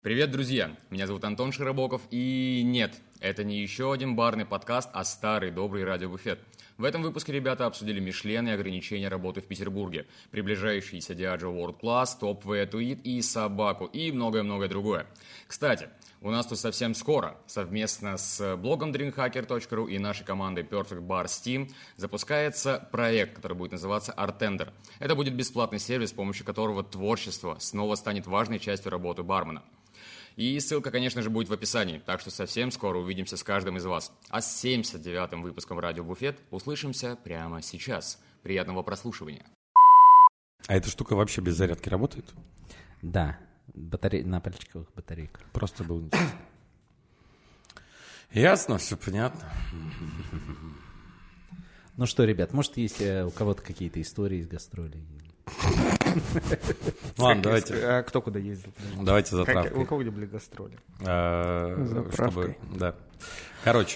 Привет, друзья! Меня зовут Антон Широбоков, и нет, это не еще один барный подкаст, а старый добрый радиобуфет. В этом выпуске ребята обсудили Мишлен и ограничения работы в Петербурге, приближающийся Diageo World Class, Top Way to Eat и собаку, и многое-многое другое. Кстати, у нас тут совсем скоро, совместно с блогом drinkhacker.ru и нашей командой Perfect Bar Steam, запускается проект, который будет называться Artender. Это будет бесплатный сервис, с помощью которого творчество снова станет важной частью работы бармена. И ссылка, конечно же, будет в описании, так что совсем скоро увидимся с каждым из вас. А с 79-м выпуском «Радио Буфет» услышимся прямо сейчас. Приятного прослушивания. А эта штука вообще без зарядки работает? Да, на пальчиковых батарейках. Просто было интересно. Ясно, все понятно. Ну что, ребят, может, есть у кого-то какие-то истории из гастролей? Ладно, давайте. А кто куда ездил? Давайте затравкой. У кого где были гастроли? Чтобы, да. Короче,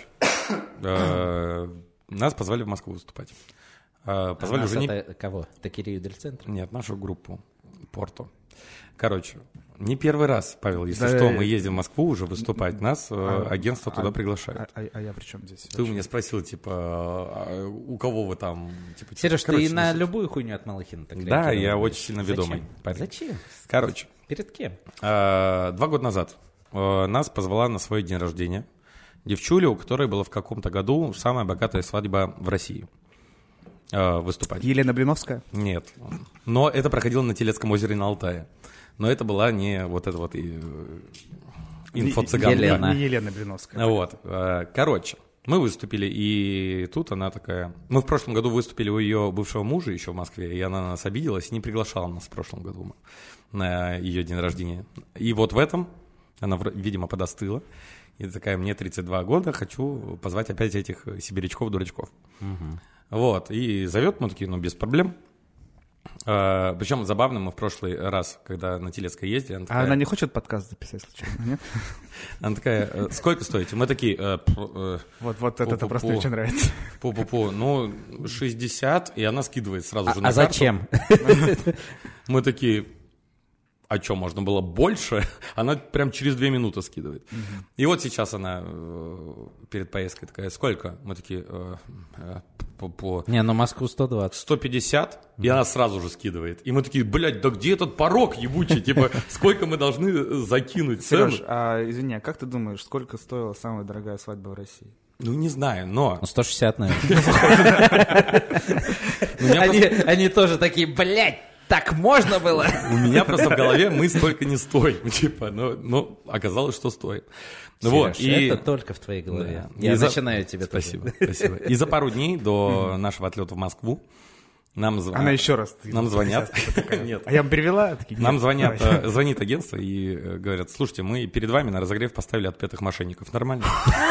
нас позвали в Москву выступать. Позвали нас уже не... это кого? Такирию Дель Центро? Нет, нашу группу Порту. Короче, не первый раз, Павел, если Да, что, мы ездим в Москву уже выступать. Нас агентство туда приглашает. А я при чем здесь? Ты у меня спросил, типа, у кого вы там... Типа, Сереж, короче, ты на любую хуйню от Малыхина так Да, реагировал? я очень сильно ведомый парень. Зачем? Короче. Перед кем? 2 года назад нас позвала на свой день рождения девчуля, у которой была в каком-то году самая богатая свадьба в России. Выступать. Елена Блиновская? Нет. Но это проходило на Телецком озере на Алтае. Но это была не вот эта вот инфо-цыганка. Не Елена Блиновская. Вот. Короче, мы выступили, и тут она такая... Мы в прошлом году выступили у ее бывшего мужа еще в Москве, и она на нас обиделась и не приглашала нас в прошлом году на ее день рождения. И вот в этом она, видимо, подостыла. И такая, мне 32 года, хочу позвать опять этих сибирячков-дурачков. Угу. Вот, и зовет, мы такие, без проблем. Причем забавно, мы в прошлый раз, когда на Телецкой ездили... Она такая, она не хочет подкаст записать случайно, нет? Она такая, сколько стоите? Мы такие... Вот это просто мне очень нравится. 60, и она скидывает сразу же на карту. Зачем? Мы такие... А что, можно было больше? Она прям через 2 минуты скидывает. И вот сейчас она перед поездкой такая, сколько? Мы такие... Москву 120. 150, и она сразу же скидывает. И мы такие, блядь, да где этот порог ебучий? Типа, сколько мы должны закинуть цену? Сереж, извини, а как ты думаешь, сколько стоила самая дорогая свадьба в России? Не знаю, но... 160, наверное. Они тоже такие, блядь, так можно было? У меня просто в голове мы столько не стоим, типа, но оказалось, что стоит. Сереж, это только в твоей голове. Да. Я начинаю тебе Спасибо. И за пару дней до нашего отлета в Москву нам звонят. Она еще раз. Нам звонят. Нет. А я бы перевела? Нам звонит агентство и говорят, слушайте, мы перед вами на разогрев поставили отпетых мошенников. Нормально?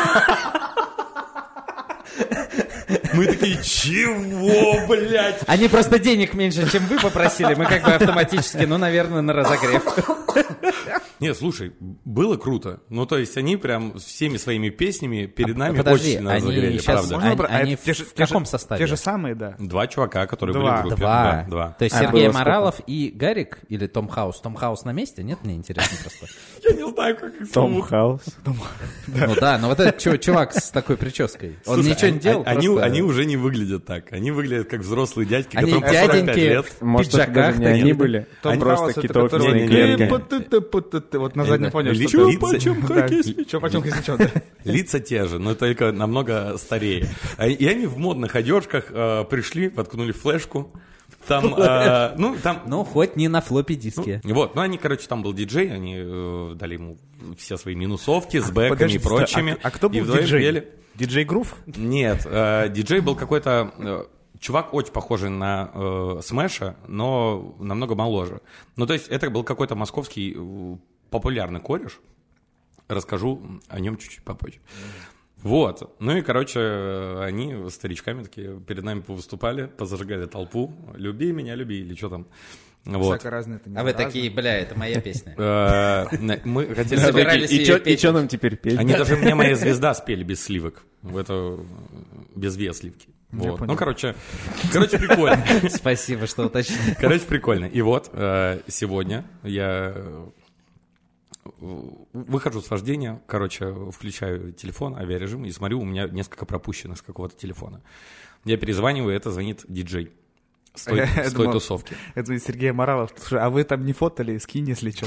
Мы такие, чего, блядь? Они просто денег меньше, чем вы попросили. Мы как бы автоматически, наверное, на разогрев. Нет, слушай, было круто. То есть они прям всеми своими песнями перед нами подожди, очень разогрели, правда. Они в каком составе? Те же самые, да. 2 чувака, которые были в группе. Два. То есть Сергей Моралов и Гарик или Том Хаус? Том Хаус на месте? Нет, мне интересно просто. Я не знаю, как их зовут. Том Хаус. Но вот этот чувак с такой прической, он ничего не делал. Они уже не выглядят так. Они выглядят как взрослые дядьки, они которым по 45 лет. В пиджаках. Не они были. Том просто китовые клетки. Вот на заднем фоне что-то. Чё почем, кисячок. Лица те же, но только намного старее. И они в модных одежках пришли, воткнули флешку. Там, хоть не на флоппи диске. Они, там был диджей, они дали ему все свои минусовки с бэками и прочими. А кто был диджей? Диджей Грув? Нет, диджей был какой-то... Чувак очень похожий на Смэша, но намного моложе. То есть это был какой-то московский популярный кореш. Расскажу о нем чуть-чуть попозже. Вот. Они старичками такие перед нами повыступали, позажигали толпу. Люби меня, люби, или что там. Вот. Всяко разное. Вы такие, это моя песня. Мы хотели собирались ее петь. И что нам теперь петь? Они даже «Мне моя звезда» спели без сливок. Это без сливки. Вот. Короче, прикольно. Спасибо, что уточнил. Прикольно. И вот сегодня я Выхожу с вождения, включаю телефон, авиарежим, и смотрю, у меня несколько пропущенных с какого-то телефона. Я перезваниваю, это звонит диджей с той тусовки. Это звонит Сергей Моралов. Слушай, а вы там не фотали, скинь, если что.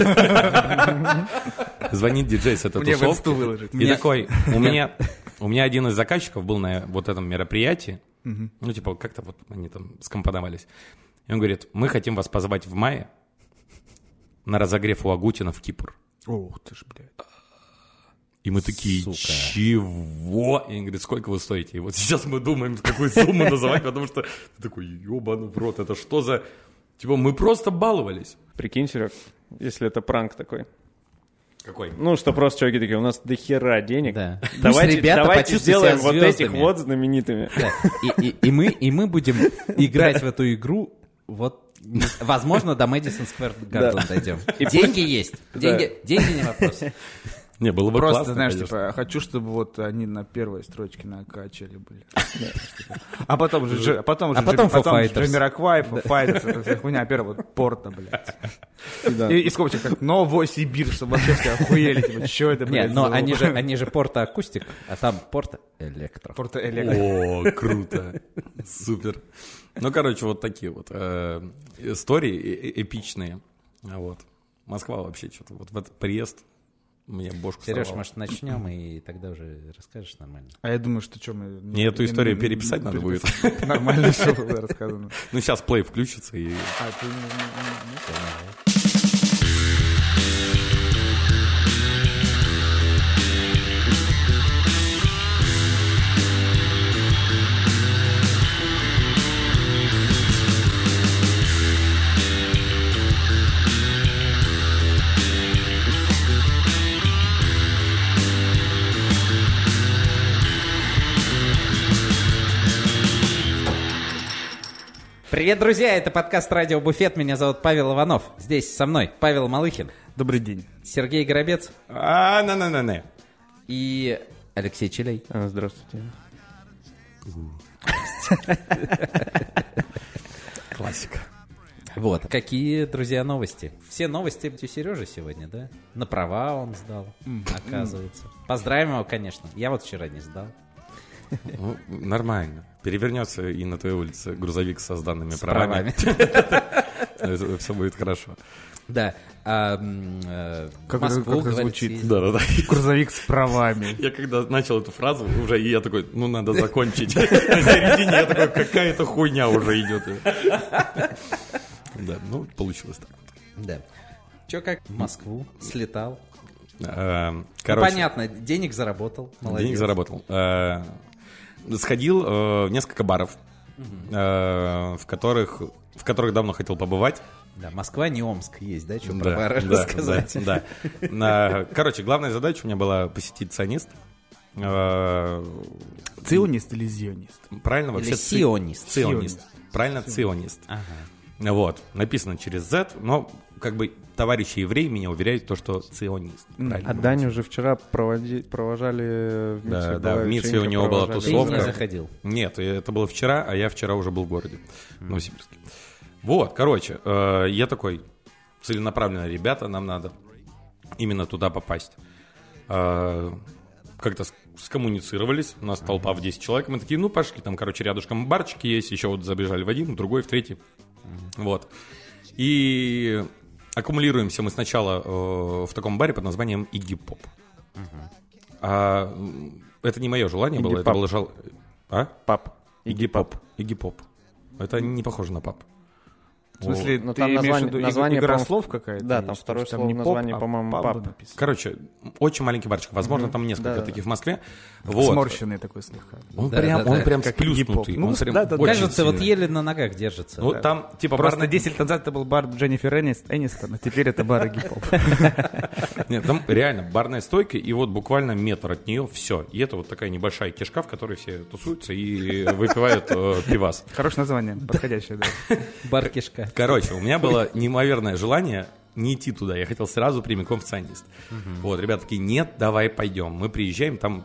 Звонит диджей с этой тусовки. Мне в инсту выложить. И такой, у меня один из заказчиков был на вот этом мероприятии, ну, типа, как-то вот они там скомпоновались. И он говорит, мы хотим вас позвать в мае на разогрев у Агутина в Кипр. Ох ты ж, блядь. И мы такие, чего? И он говорит, сколько вы стоите? И вот сейчас мы думаем, какую сумму называть, потому что ты такой, ебаный в рот, это что за... Типа, мы просто баловались. Прикинь, Серег, если это пранк такой. Какой? Ну, что просто чуваки такие, у нас дохера денег. Да. Давайте сделаем вот этих вот знаменитыми. Да. И мы будем играть в эту игру, вот, возможно, до Мэдисон Сквер Гарден дойдем. Деньги есть. Деньги не вопрос. Не, было бы просто, классно, знаешь, конечно. типа, хочу, чтобы вот они на первой строчке на качели были. А потом уже Джамироквай, Foo Fighters, это вся хуйня, первая вот Порта, блядь. И сколько как Новосибирск, чтобы вообще все охуели, типа, что это, блядь? Нет, но они же Порта Акустик, а там Порта Электро. Порта Электро. О, круто. Супер. Ну, короче, вот такие вот истории эпичные. Вот. Москва вообще что-то, вот в этот приезд мне бошку Сереж, сорвало. может, начнем, и тогда уже расскажешь нормально. А я думаю, что мы... Мне эту историю переписать надо будет. Нормально все было рассказано. Ну, сейчас плей включится и... Привет, друзья, это подкаст «Радио Буфет». Меня зовут Павел Иванов. Здесь со мной Павел Малыхин. Добрый день. Сергей Горобец. На-на-на-на. И Алексей Челей. Здравствуйте. Классика. Вот. Какие, друзья, новости? Все новости у Сережи сегодня, да? На права он сдал, оказывается. Поздравим его, конечно. Я вот вчера не сдал. Ну, нормально. Перевернется и на твоей улице грузовик со сданными правами. Все будет хорошо. Да. Как это звучит? Да. Грузовик с правами. Я когда начал эту фразу, уже я такой, ну надо закончить. На середине я такой, какая-то хуйня уже идет. Да, ну получилось так. Да. Че, как в Москву слетал? Короче, понятно, денег заработал. Молодец. Денег заработал. Сходил в несколько баров, в которых давно хотел побывать. Да, Москва, не Омск есть, да? Что Да, про бары рассказать? Да. Короче, главная задача у меня была посетить ционист. Ционист или зионист? Правильно вообще? Или сионист. Ционист. Правильно, ционист. Вот, написано через Z, но как бы товарищи евреи меня уверяют, то, что ционист. А Даню уже вчера провожали в МИЦе. Да, в МИЦе у него была тусовка. Ты не заходил? Нет, это было вчера, а я вчера уже был в городе, в Новосибирске. Вот, короче, я такой, целенаправленно, ребята, нам надо именно туда попасть. Как-то скоммуницировались, у нас толпа в 10 человек, мы такие, ну, пошли, там, короче, рядышком барчики есть, еще вот забежали в один, в другой, в третий, вот. И аккумулируемся мы сначала в таком баре под названием Игги Поп. Это не мое желание было, это было желание... Пап. Игги Поп. Игги Поп. Это не похоже на пап. В смысле, ну, ты там имеешь в виду название, игра слов какая-то? Да, там второе слово в названии, по-моему, пап. Короче, очень маленький барчик. Возможно, там несколько таких в Москве. Вот. Сморщенный такой слегка. Он прям сплюснутый. Ну, кажется, вот еле на ногах держится. Ну, там, типа, просто 10 лет назад это был бар Дженнифер Энистон, а теперь это бар Игги Поп. Нет, там реально барная стойка, и вот буквально метр от нее все. И это вот такая небольшая кишка, в которой все тусуются и выпивают пивас. Хорошее название, подходящее, да. Бар-кишка. Короче, у меня было неимоверное желание не идти туда. Я хотел сразу прямиком в ционист. Вот, ребята такие, нет, давай пойдем. Мы приезжаем, там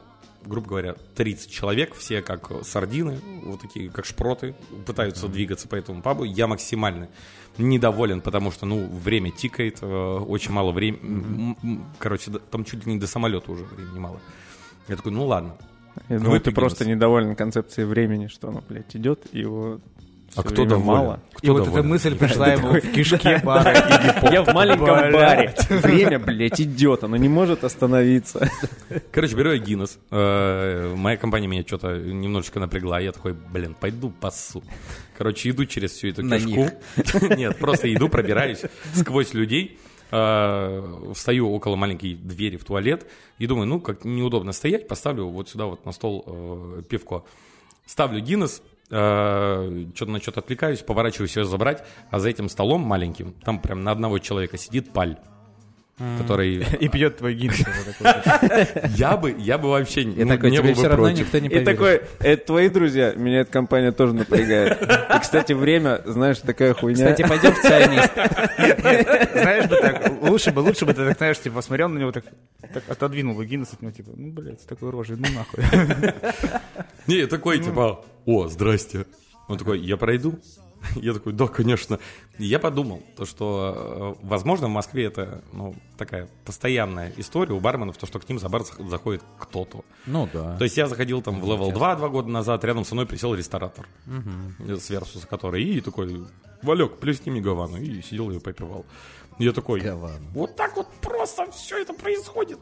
грубо говоря, 30 человек, все как сардины, вот такие, как шпроты, пытаются двигаться по этому пабу. Я максимально недоволен, потому что, время тикает, очень мало времени. Короче, там чуть ли не до самолета уже времени мало. Я такой, ладно. Я думаю, ты просто недоволен концепцией времени, что оно, блядь, идет, и его... А кто доволен? Мало. И вот эта мысль пришла ему в кишке бара. Я в маленьком баре. Время, блядь, идет, оно не может остановиться. Короче, беру я Гиннес. Моя компания меня что-то немножечко напрягла. Я такой, пойду пассу. Короче, иду через всю эту кишку. Нет, просто иду, пробираюсь сквозь людей. Встаю около маленькой двери в туалет и думаю, как неудобно стоять, поставлю вот сюда вот на стол пивко. Ставлю Гиннес, что-то на что-то отвлекаюсь, поворачиваюсь ее забрать, а за этим столом маленьким, там прям на одного человека сидит Паль, который... И пьет твой Гиннес. Я бы вообще не был бы против. И такой, это твои друзья, меня эта компания тоже напрягает. И, кстати, время, знаешь, такая хуйня. Кстати, пойдем в ционист. Знаешь бы так, лучше бы ты так, знаешь, типа, посмотрел на него, так отодвинул бы Гиннес от него, типа, блядь, с такой рожей, нахуй. Не, я такой, типа, здрасте. Он такой, я пройду? Я такой, да, конечно. И я подумал, что, возможно, в Москве это такая постоянная история у барменов, что к ним за бар заходит кто-то. Да. То есть я заходил там в Level 2 2 года назад, рядом со мной присел ресторатор с Версуса, который, и такой, Валек, плесни мне Гавану. И сидел и попивал. И я такой, вот так вот просто все это происходит.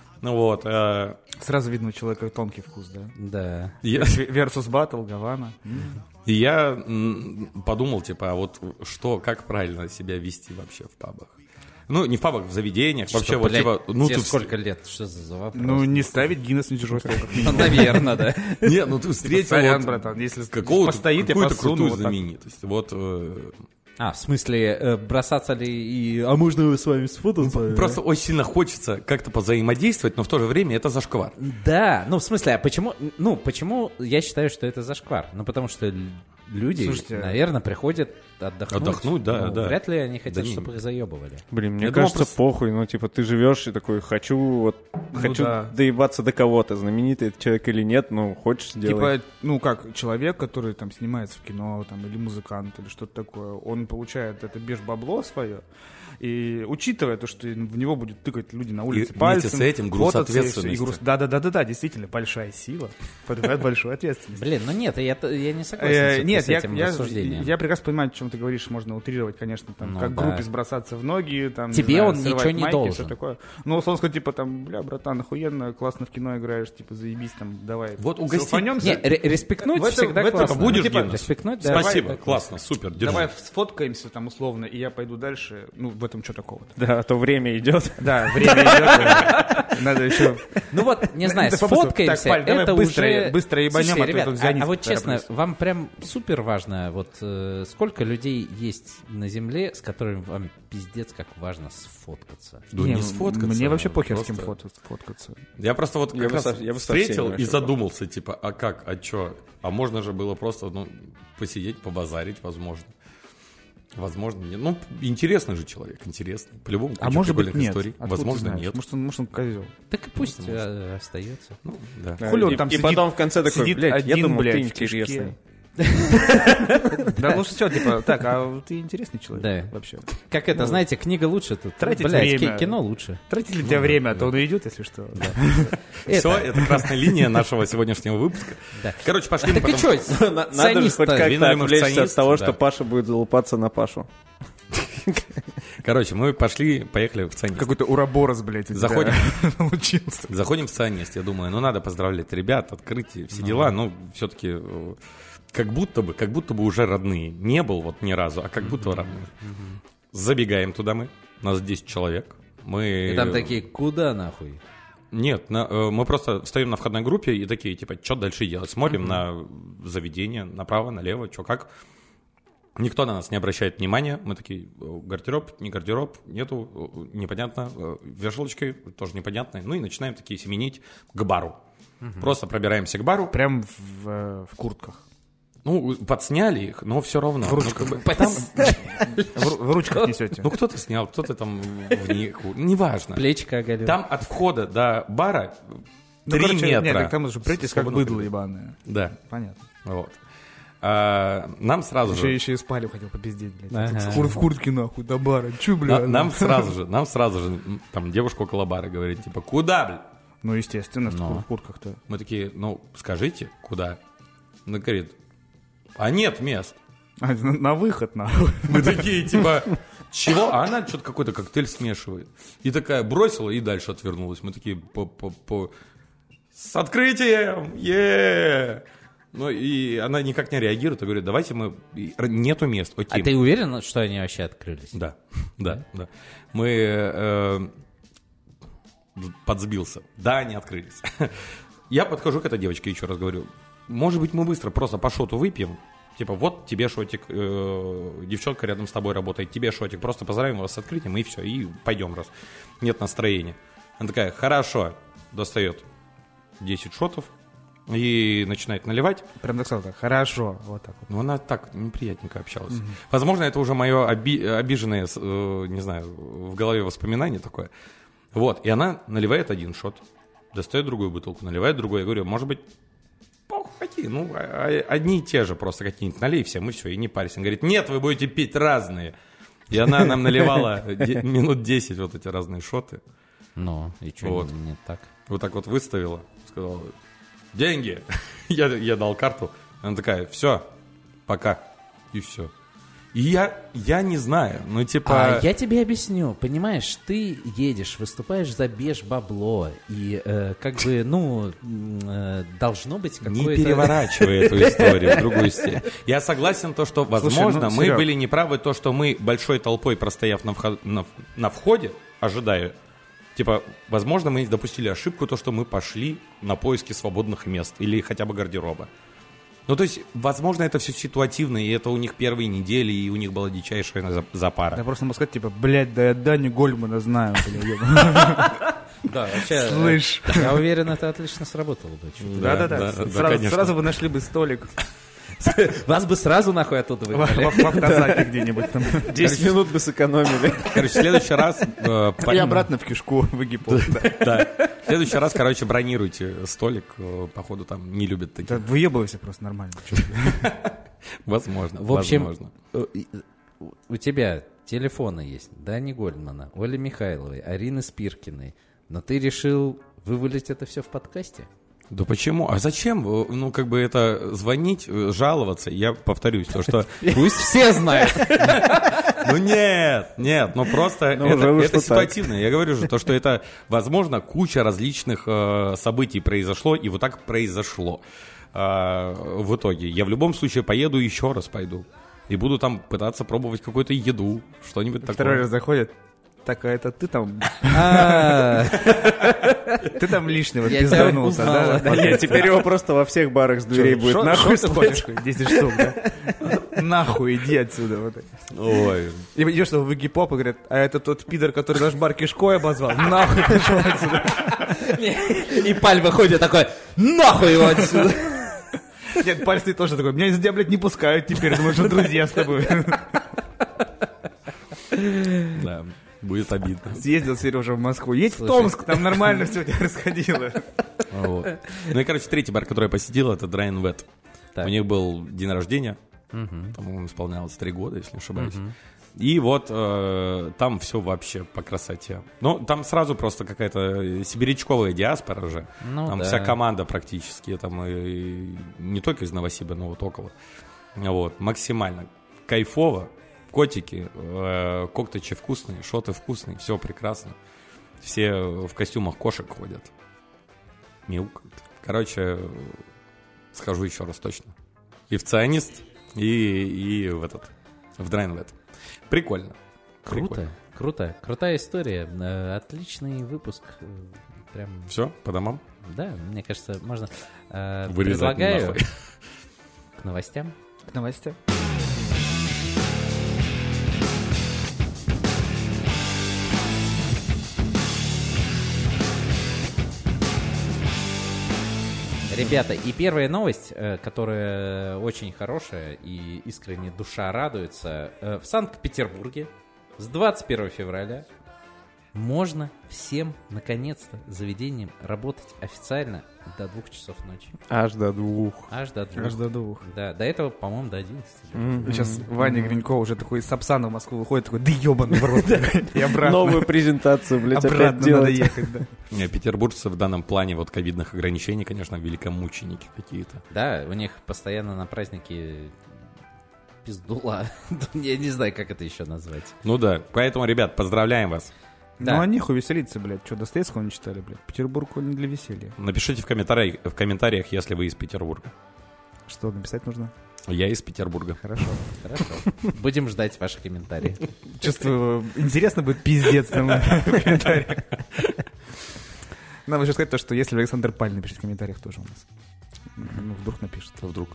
Сразу видно у человека тонкий вкус, да? Да. Versus Battle, Гавана. И я подумал, типа, как правильно себя вести вообще в пабах. Не в пабах, в заведениях. Вообще, тебе сколько лет? Что за вопрос? Не ставить Гиннес на чужой стол. Наверное, да. Не, ты встретил сорян, братан, если постоит, я какую-то посуну. крутую знаменитость. В смысле, бросаться ли а можно с вами сфотаться? Просто очень сильно хочется как-то позаимодействовать, но в то же время это зашквар. Да, в смысле, а почему я считаю, что это зашквар? Потому что люди, наверное, приходят отдохнуть. Да. Вряд ли они хотят, чтобы их заебывали. Блин, мне кажется, похуй. Ты живешь и такой, хочу доебаться до кого-то, знаменитый этот человек или нет, хочешь сделать. Типа, как человек, который там снимается в кино, там, или музыкант, или что-то такое, он получает это бабло свое, и учитывая то, что в него будут тыкать люди на улице пальцем, с этим груз ответственности. Да, действительно, большая сила поднимает большую ответственность. Блин, нет, я не согласен с этим рассуждением. Я прекрасно понимаю, о чем ты говоришь, можно утрировать, конечно, там, как группе сбросаться в ноги, там, тебе он ничего не должен. Все такое. Он сказал, типа, там, братан, охуенно, классно в кино играешь, типа, заебись, там, давай. Угостимся. Не, респектнуть всегда классно. Будешь респектнуть, да. Спасибо, классно, супер, держи. Давай сфоткаемся там условно, и я пойду дальше. В этом что такого-то? Да, а то время идет. Да, время идет. Надо еще... не знаю, сфоткаемся, это уже... Быстро ебанем, а ребят, а вот честно, вам прям супер важно, сколько людей есть на земле, с которыми вам пиздец как важно сфоткаться? Да не сфоткаться. Мне вообще похер с кем фоткаться. Я просто как раз встретил и задумался, типа, а как, а чё? А можно же было просто, посидеть, побазарить, возможно. Возможно, нет. Интересный же человек, интересный. По-любому, а может быть, нет. Историй. Возможно, нет. Может, он козел. Так и пусть остается. Да. Хули он там и потом в конце такой, блядь, я думал, ты интересный. Да лучше что, типа, так, а ты интересный человек вообще. Как это, знаете, книга лучше тут. Тратить время. Кино лучше. Тратить для тебя время, а то он уйдет, если что. Все, это красная линия нашего сегодняшнего выпуска. Короче, пошли мы потом... Так и что, надо же хоть как-то отвлечься от того, что Паша будет залупаться на Пашу. Короче, мы поехали в ционист. Какой-то ураборос, блядь, Заходим в ционист. Я думаю, надо поздравлять ребят, открытие, все дела, все-таки... Как будто бы уже родные. Не был ни разу, а как будто родные. Забегаем туда мы. Нас 10 человек. И там такие, куда нахуй? Нет, мы просто стоим на входной группе и такие, типа, что дальше делать? Смотрим на заведение, направо, налево, что как. Никто на нас не обращает внимания. Мы такие, гардероб, не гардероб, нету, непонятно. Вешалочки тоже непонятно. И начинаем такие семенить к бару. Просто пробираемся к бару. Прям в куртках. Подсняли их, но все равно. В ручках. В ручках несете. Кто-то снял, кто-то там в них. Неважно. Плечко оголил. Там от входа до бара 3 метра. Нет, так там же притесь как быдло ебаное. Да. Понятно. Вот. Нам сразу же... Еще и спали, хотел попиздеть, блядь. В куртке, нахуй, до бара. Чё, блядь? Нам сразу же, там, девушка около бара говорит, типа, куда, блядь? Ну, естественно, в куртках-то. Мы такие, скажите, куда? Она говорит, а нет мест. На выход, нахуй. Мы такие, типа, чего? А она что-то какой-то коктейль смешивает. И такая бросила и дальше отвернулась. Мы такие, с открытием! Е-е-е! Ну, и она никак не реагирует, и говорит, давайте мы... Нету мест, окей. А ты уверен, что они вообще открылись? Да. Мы... подсбился. Да, они открылись. Я подхожу к этой девочке, еще раз говорю, может быть, мы быстро просто по шоту выпьем? Типа, вот тебе шотик, девчонка рядом с тобой работает, тебе шотик, просто поздравим вас с открытием, и все, и пойдем, раз нет настроения. Она такая, хорошо, достает 10 шотов, и начинает наливать. Прям так сразу, хорошо, вот так вот. Ну, она так неприятненько общалась. Возможно, это уже мое обиженное, не знаю, в голове воспоминание такое. Вот, и она наливает один шот, достает другую бутылку, наливает другую. Я говорю, может быть, какие, одни и те же, просто какие-нибудь налей всем, и все, и не парься. Она говорит, нет, вы будете пить разные. И она нам наливала минут 10 вот эти разные шоты. Ну, и что, вот. не так? Вот так вот выставила, сказала, деньги. Я дал карту. Она такая, все, пока. И все. И я не знаю, типа... Я тебе объясню, понимаешь, ты едешь, выступаешь за беж бабло, и должно быть какое-то... Не переворачивай эту историю в другую степень. Я согласен, что, возможно, мы были неправы, то, что мы большой толпой, простояв на входе, ожидая, типа, возможно, мы допустили ошибку, то, что мы пошли на поиски свободных мест или хотя бы гардероба. Ну, то есть, возможно, это все ситуативно, и это у них первые недели, и у них была дичайшая запара. Я просто могу сказать, типа, блядь, да я Дани Гольмана знаю, блядь. Да, вообще, слышь. Я уверен, это отлично сработало бы. Да. Сразу бы нашли бы столик. Вас бы сразу нахуй оттуда выгнали. В автозаке где-нибудь там. 10 минут бы сэкономили. Короче, в следующий раз... И обратно в кишку в Эгипов. Да. В следующий раз, бронируйте столик. Походу, там не любят такие. Выебывайся просто нормально. Возможно. В общем, у тебя телефоны есть. Дани Гольдмана, Оли Михайловой, Арины Спиркиной. Но ты решил вывалить это все в подкасте? Да почему? А зачем? Это звонить, жаловаться. Я повторюсь, то что... Пусть все знают. Нет, просто это ситуативно. Я говорю же, то, что это, возможно, куча различных событий произошло, и вот так произошло в итоге. Я в любом случае поеду и еще раз пойду. И буду там пытаться пробовать какую-то еду, что-нибудь такое. Второй раз заходит. Так, а это ты там... Ты там лишнего пизданулся, да? Нет, теперь его просто во всех барах с дверей будет нахуй ходишь, 10 штук, да? Нахуй, иди отсюда. Ой. И идешь в Эгипоп и говорят, а это тот пидор, который наш бар кишкой обозвал? Нахуй пришел отсюда. И Паль выходит такой, нахуй его отсюда. Нет, Паль стоит тоже такой, меня из блядь, не пускают теперь, думаю, что друзья с тобой. Да. Будет обидно. Съездил Сережа в Москву. Едь в Томск, там нормально все у тебя происходило. Вот. Ну и, третий бар, который я посетил, это Dry and Wet. У них был день рождения. По-моему, исполнялось 3 года, если не ошибаюсь. И вот там все вообще по красоте. Ну, там сразу просто какая-то сибирячковая диаспора же. Там вся команда практически. Там и не только из Новосиба, но вот около. Вот. Максимально кайфово. Котики, коктейли вкусные, шоты вкусные, все прекрасно. Все в костюмах кошек ходят. Мяукают. Схожу еще раз точно. И в Ционист, и в Dry and Wet. Прикольно. Круто. Крутая история. Отличный выпуск. Прям... Все, по домам? Да, мне кажется, можно... Вырезать предлагаю к новостям. Ребята, и первая новость, которая очень хорошая и искренне душа радуется. В Санкт-Петербурге с 21 февраля можно всем, наконец-то, заведениям работать официально до 2 часов ночи. Аж до 2. Аж до 2. Аж до 2. Да, до этого, по-моему, до 11. Сейчас Ваня Гринько уже такой с Сапсана в Москву выходит, такой, да ебаный в рот. И обратно. Новую презентацию, блядь, опять Обратно надо делать. ехать, да. Не, петербуржцы в данном плане вот ковидных ограничений, конечно, великомученики какие-то. Да, у них постоянно на праздники пиздула. Я не знаю, как это еще назвать. Ну да, поэтому, ребят, поздравляем вас. Да. Ну, а нехуй веселиться, блядь. Что, Достоевского не читали, блядь? Петербург, он не для веселья. Напишите в комментариях, если вы из Петербурга. Что написать нужно? Я из Петербурга. Хорошо. Хорошо. Будем ждать ваши комментарии. Чувствую, интересно будет пиздец нам в комментариях. Нам еще сказать то, что если Александр Паль напишет в комментариях тоже у нас. Ну, вдруг напишет. Вдруг.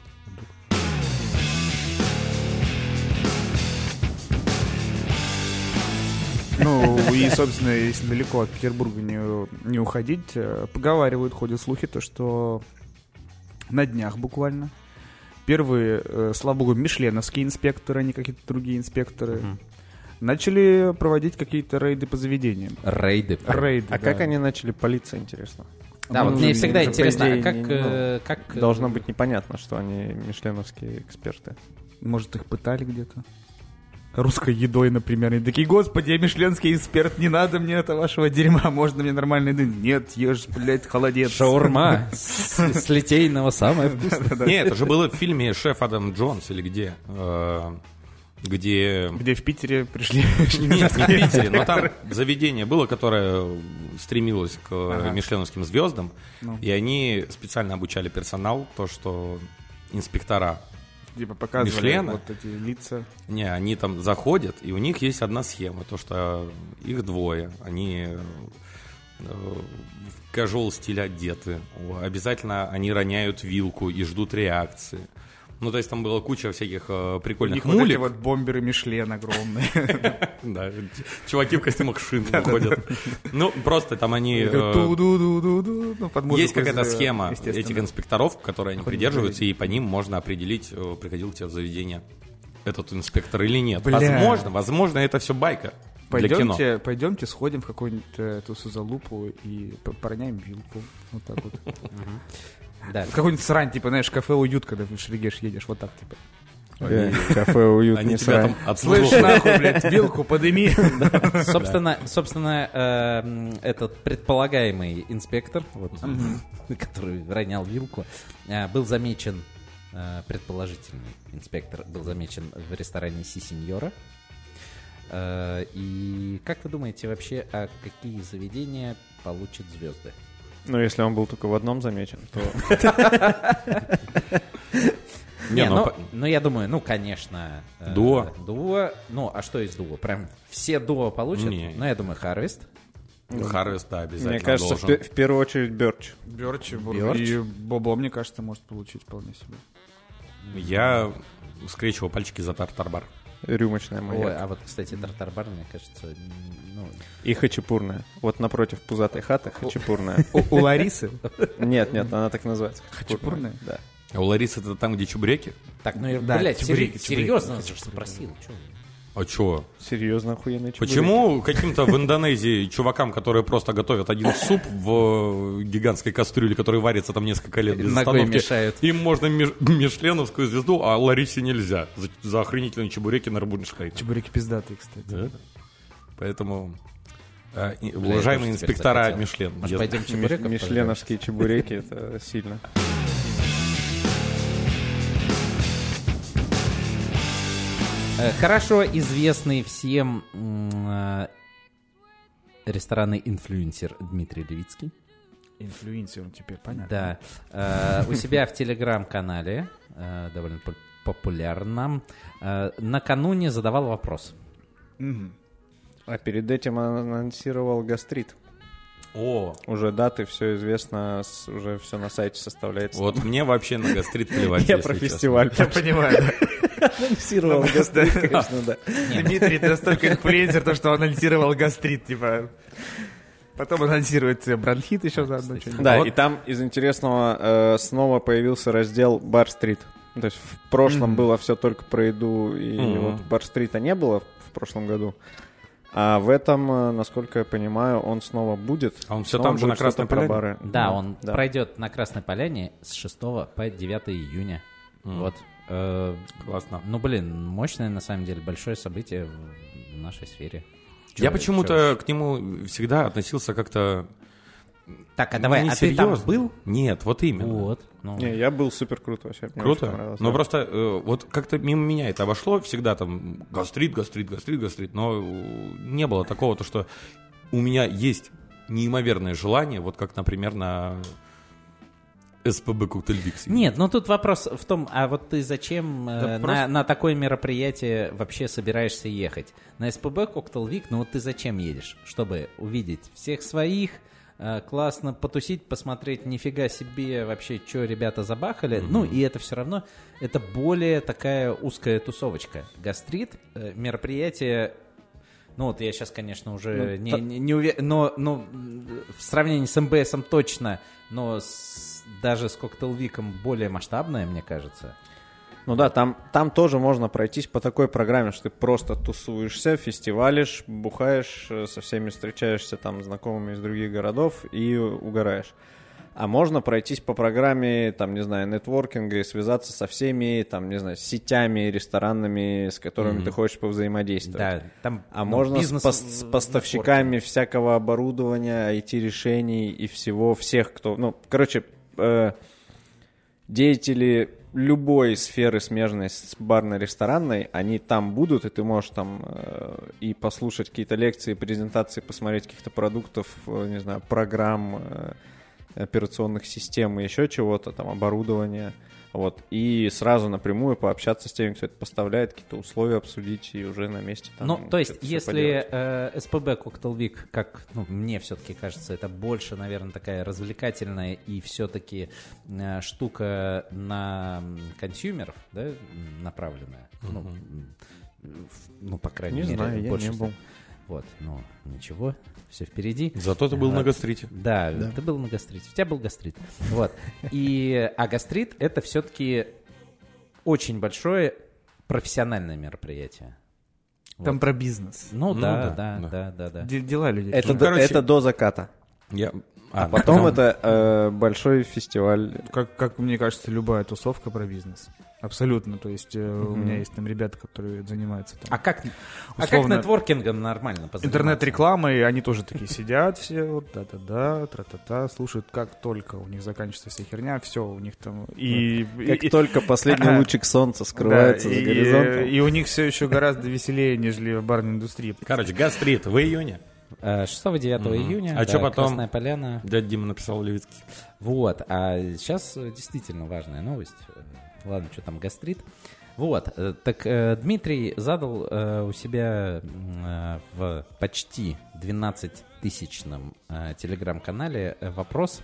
Ну, и, собственно, если далеко от Петербурга не уходить, поговаривают, ходят слухи, то, что на днях буквально первые, слава богу, мишленовские инспекторы, а не какие-то другие инспекторы, начали проводить какие-то рейды по заведениям. Рейды. Рейды, А как они начали палиться, интересно? Да, вот Ну, мне им всегда же, по интересно, а идее, как... Должно быть непонятно, что они мишленовские эксперты. Может, их пытали где-то? Русской едой, например. И такие, господи, я мишленский эксперт, не надо мне это вашего дерьма, можно мне нормальной еды? Нет, ешь, блядь, холодец. Шаурма с литейного самое вкусное. Не, это же было в фильме «Шеф Адам Джонс» или где? Где... Где в Питере пришли? Нет, не в Питере, но там заведение было, которое стремилось к мишленовским звездам, и они специально обучали персонал, то, что инспектора Типа показывали Мишлена. вот эти лица. Не, они там заходят, и у них есть одна схема, то, что их двое, они в casual стиле одеты, обязательно они роняют вилку и ждут реакции. Ну, то есть там была куча всяких У прикольных них вот эти мулик. вот бомберы Мишлен огромные. Да, чуваки в костюмах шин ходят. Ну, просто там они... Ту-ду-ду-ду-ду. Ну, под музыку, Есть какая-то схема естественно. этих инспекторов, которые они Хоть придерживаются, и по ним можно определить, приходил к тебе в заведение этот инспектор или нет. Бля. Возможно, это все байка для кино. Пойдемте сходим в какую-нибудь эту сузалупу и пороняем вилку. Вот так вот. Да. Какой-нибудь срань, типа, знаешь, кафе «Уют», когда в Шерегеш едешь, вот так, типа. Кафе «Уют» Они не тебя срань. там отслушают. Слышь, нахуй, блядь, вилку подыми. Собственно, этот предполагаемый инспектор, вот, который ронял вилку, был замечен, предположительный инспектор был замечен в ресторане «Си Синьора». И как вы думаете вообще, а какие заведения получат звезды? Ну, если он был только в одном замечен, то... Ну, я думаю, ну, конечно... Дуо. Дуо. Ну, а что из дуо? Прям все дуо получат? Не. Ну, я думаю, Harvest. Harvest, да, обязательно Мне кажется, должен. в первую очередь Бёрч. Бёрч Бёрч? и Бобо, мне кажется, может получить вполне себе. Я скрещивал пальчики за тартар-бар. Рюмочная Ой, моя. а вот, кстати, Тартар-бар, мне кажется, ну... И хачапурная. Вот напротив пузатой хаты хачапурная. У Ларисы? Нет, она так называется. Хачапурная? Да. А у Ларисы это там, где чебуреки? Так, ну, Да, блядь, чебуреки, серьезно чебуреки. спросил, что? А чё? Серьезно, охуенный чебуреки. Почему каким-то в Индонезии чувакам, которые просто готовят один суп в гигантской кастрюле, который варится там несколько лет без Ногой остановки, мешают. им можно мишленовскую звезду, а Ларисе нельзя за охренительные чебуреки на Рабунштейне? Чебуреки пиздатые, кстати. Да. Поэтому, я уважаемые тоже теперь инспектора захотел. Мишлен, Может, пойдем чебуреков Мишленовские чебуреки, это сильно. Хорошо известный всем ресторанный инфлюенсер Дмитрий Левицкий. Инфлюенсер он теперь, понятно. Да. У себя в телеграм-канале, довольно популярном, накануне задавал вопрос. Мгм. А перед этим он анонсировал гастрит. О, Уже даты, все известно, уже все на сайте составляется. вот мне вообще на гастрит плевать. Я если про честно. фестиваль. Я понимаю, да. Анонсировал гастрит, конечно, да. Дмитрий настолько инфлюенсер, то, что анонсировал гастрит, типа. Потом анонсирует бронхит еще заодно. что-нибудь. Да, Вот. и там из интересного снова появился раздел Бар-стрит. То есть в прошлом было все только про еду, и вот Бар-стрита не было в прошлом году. А в этом, насколько я понимаю, он снова будет. А он все там же на Красной Поляне? Да, он пройдет на Красной Поляне с 6 по 9 июня. Вот. Классно. Ну, блин, мощное, на самом деле, большое событие в нашей сфере. Я почему-то к нему всегда относился как-то... Так, а давай, ты там был? Нет, вот именно. Вот. Не, я был супер круто вообще. Круто? Но просто вот как-то мимо меня это обошло, всегда там гастрит, но не было такого, то что у меня есть неимоверное желание, вот как, например, на СПБ Коктейльвикс. Нет, но тут вопрос в том, а вот ты зачем на такое мероприятие вообще собираешься ехать? На СПБ Коктейльвик, ну вот ты зачем едешь? Чтобы увидеть всех своих, классно потусить, посмотреть, нифига себе вообще, что ребята забахали. Ну и это все равно, это более такая узкая тусовочка. Гастрит, мероприятие... Ну вот я сейчас, конечно, уже не уверен, но в сравнении с МБСом точно, но даже с Коктейльвиком более масштабное, мне кажется. Ну да, там тоже можно пройтись по такой программе, что ты просто тусуешься, фестивалишь, бухаешь, со всеми встречаешься там знакомыми из других городов и угораешь. А можно пройтись по программе, там, не знаю, нетворкинга и связаться со всеми, там, не знаю, сетями ресторанными, с которыми ты хочешь повзаимодействовать. Да, там, можно с поставщиками всякого оборудования, IT-решений и всех, кто... Ну, короче, деятели любой сферы, смежной с барно-ресторанной, они там будут, и ты можешь там и послушать какие-то лекции, презентации, посмотреть каких-то продуктов, не знаю, программ, операционных систем и еще чего-то, там, оборудования, вот, и сразу напрямую пообщаться с теми, кто это поставляет, какие-то условия обсудить и уже на месте там. Ну, то есть, если СПБ Коктейльвик, как, ну, мне все-таки кажется, это больше, наверное, такая развлекательная и все-таки штука на консюмеров, да, направленная, ну, по крайней мере, знаю, я не был. Вот, ну, ничего, все впереди. Зато ты был на гастрите. Да, ты был на гастрите. У тебя был гастрит. Вот. А гастрит — это все-таки очень большое профессиональное мероприятие. Там вот. Про бизнес. Ну да. Дела людей. Это до заката. А потом это большой фестиваль. Как мне кажется, любая тусовка про бизнес. Абсолютно. То есть у меня есть там ребята, которые занимаются там. А как нетворкингом нормально позаниматься? Интернет-рекламой, они тоже такие сидят все, вот да-да-да, тра-та-та, слушают, как только у них заканчивается вся херня, все у них там... Как только последний лучик солнца скрывается за горизонтом. И у них все еще гораздо веселее, нежели в барной индустрии. Короче, гастрит в июне. 6-9 июня, а что потом? Красная Поляна. Дядя Дима написал Левицкий. Вот, а сейчас действительно важная новость. Ладно, что там гастрит. Вот, так Дмитрий задал у себя в почти 12-тысячном телеграм-канале вопрос,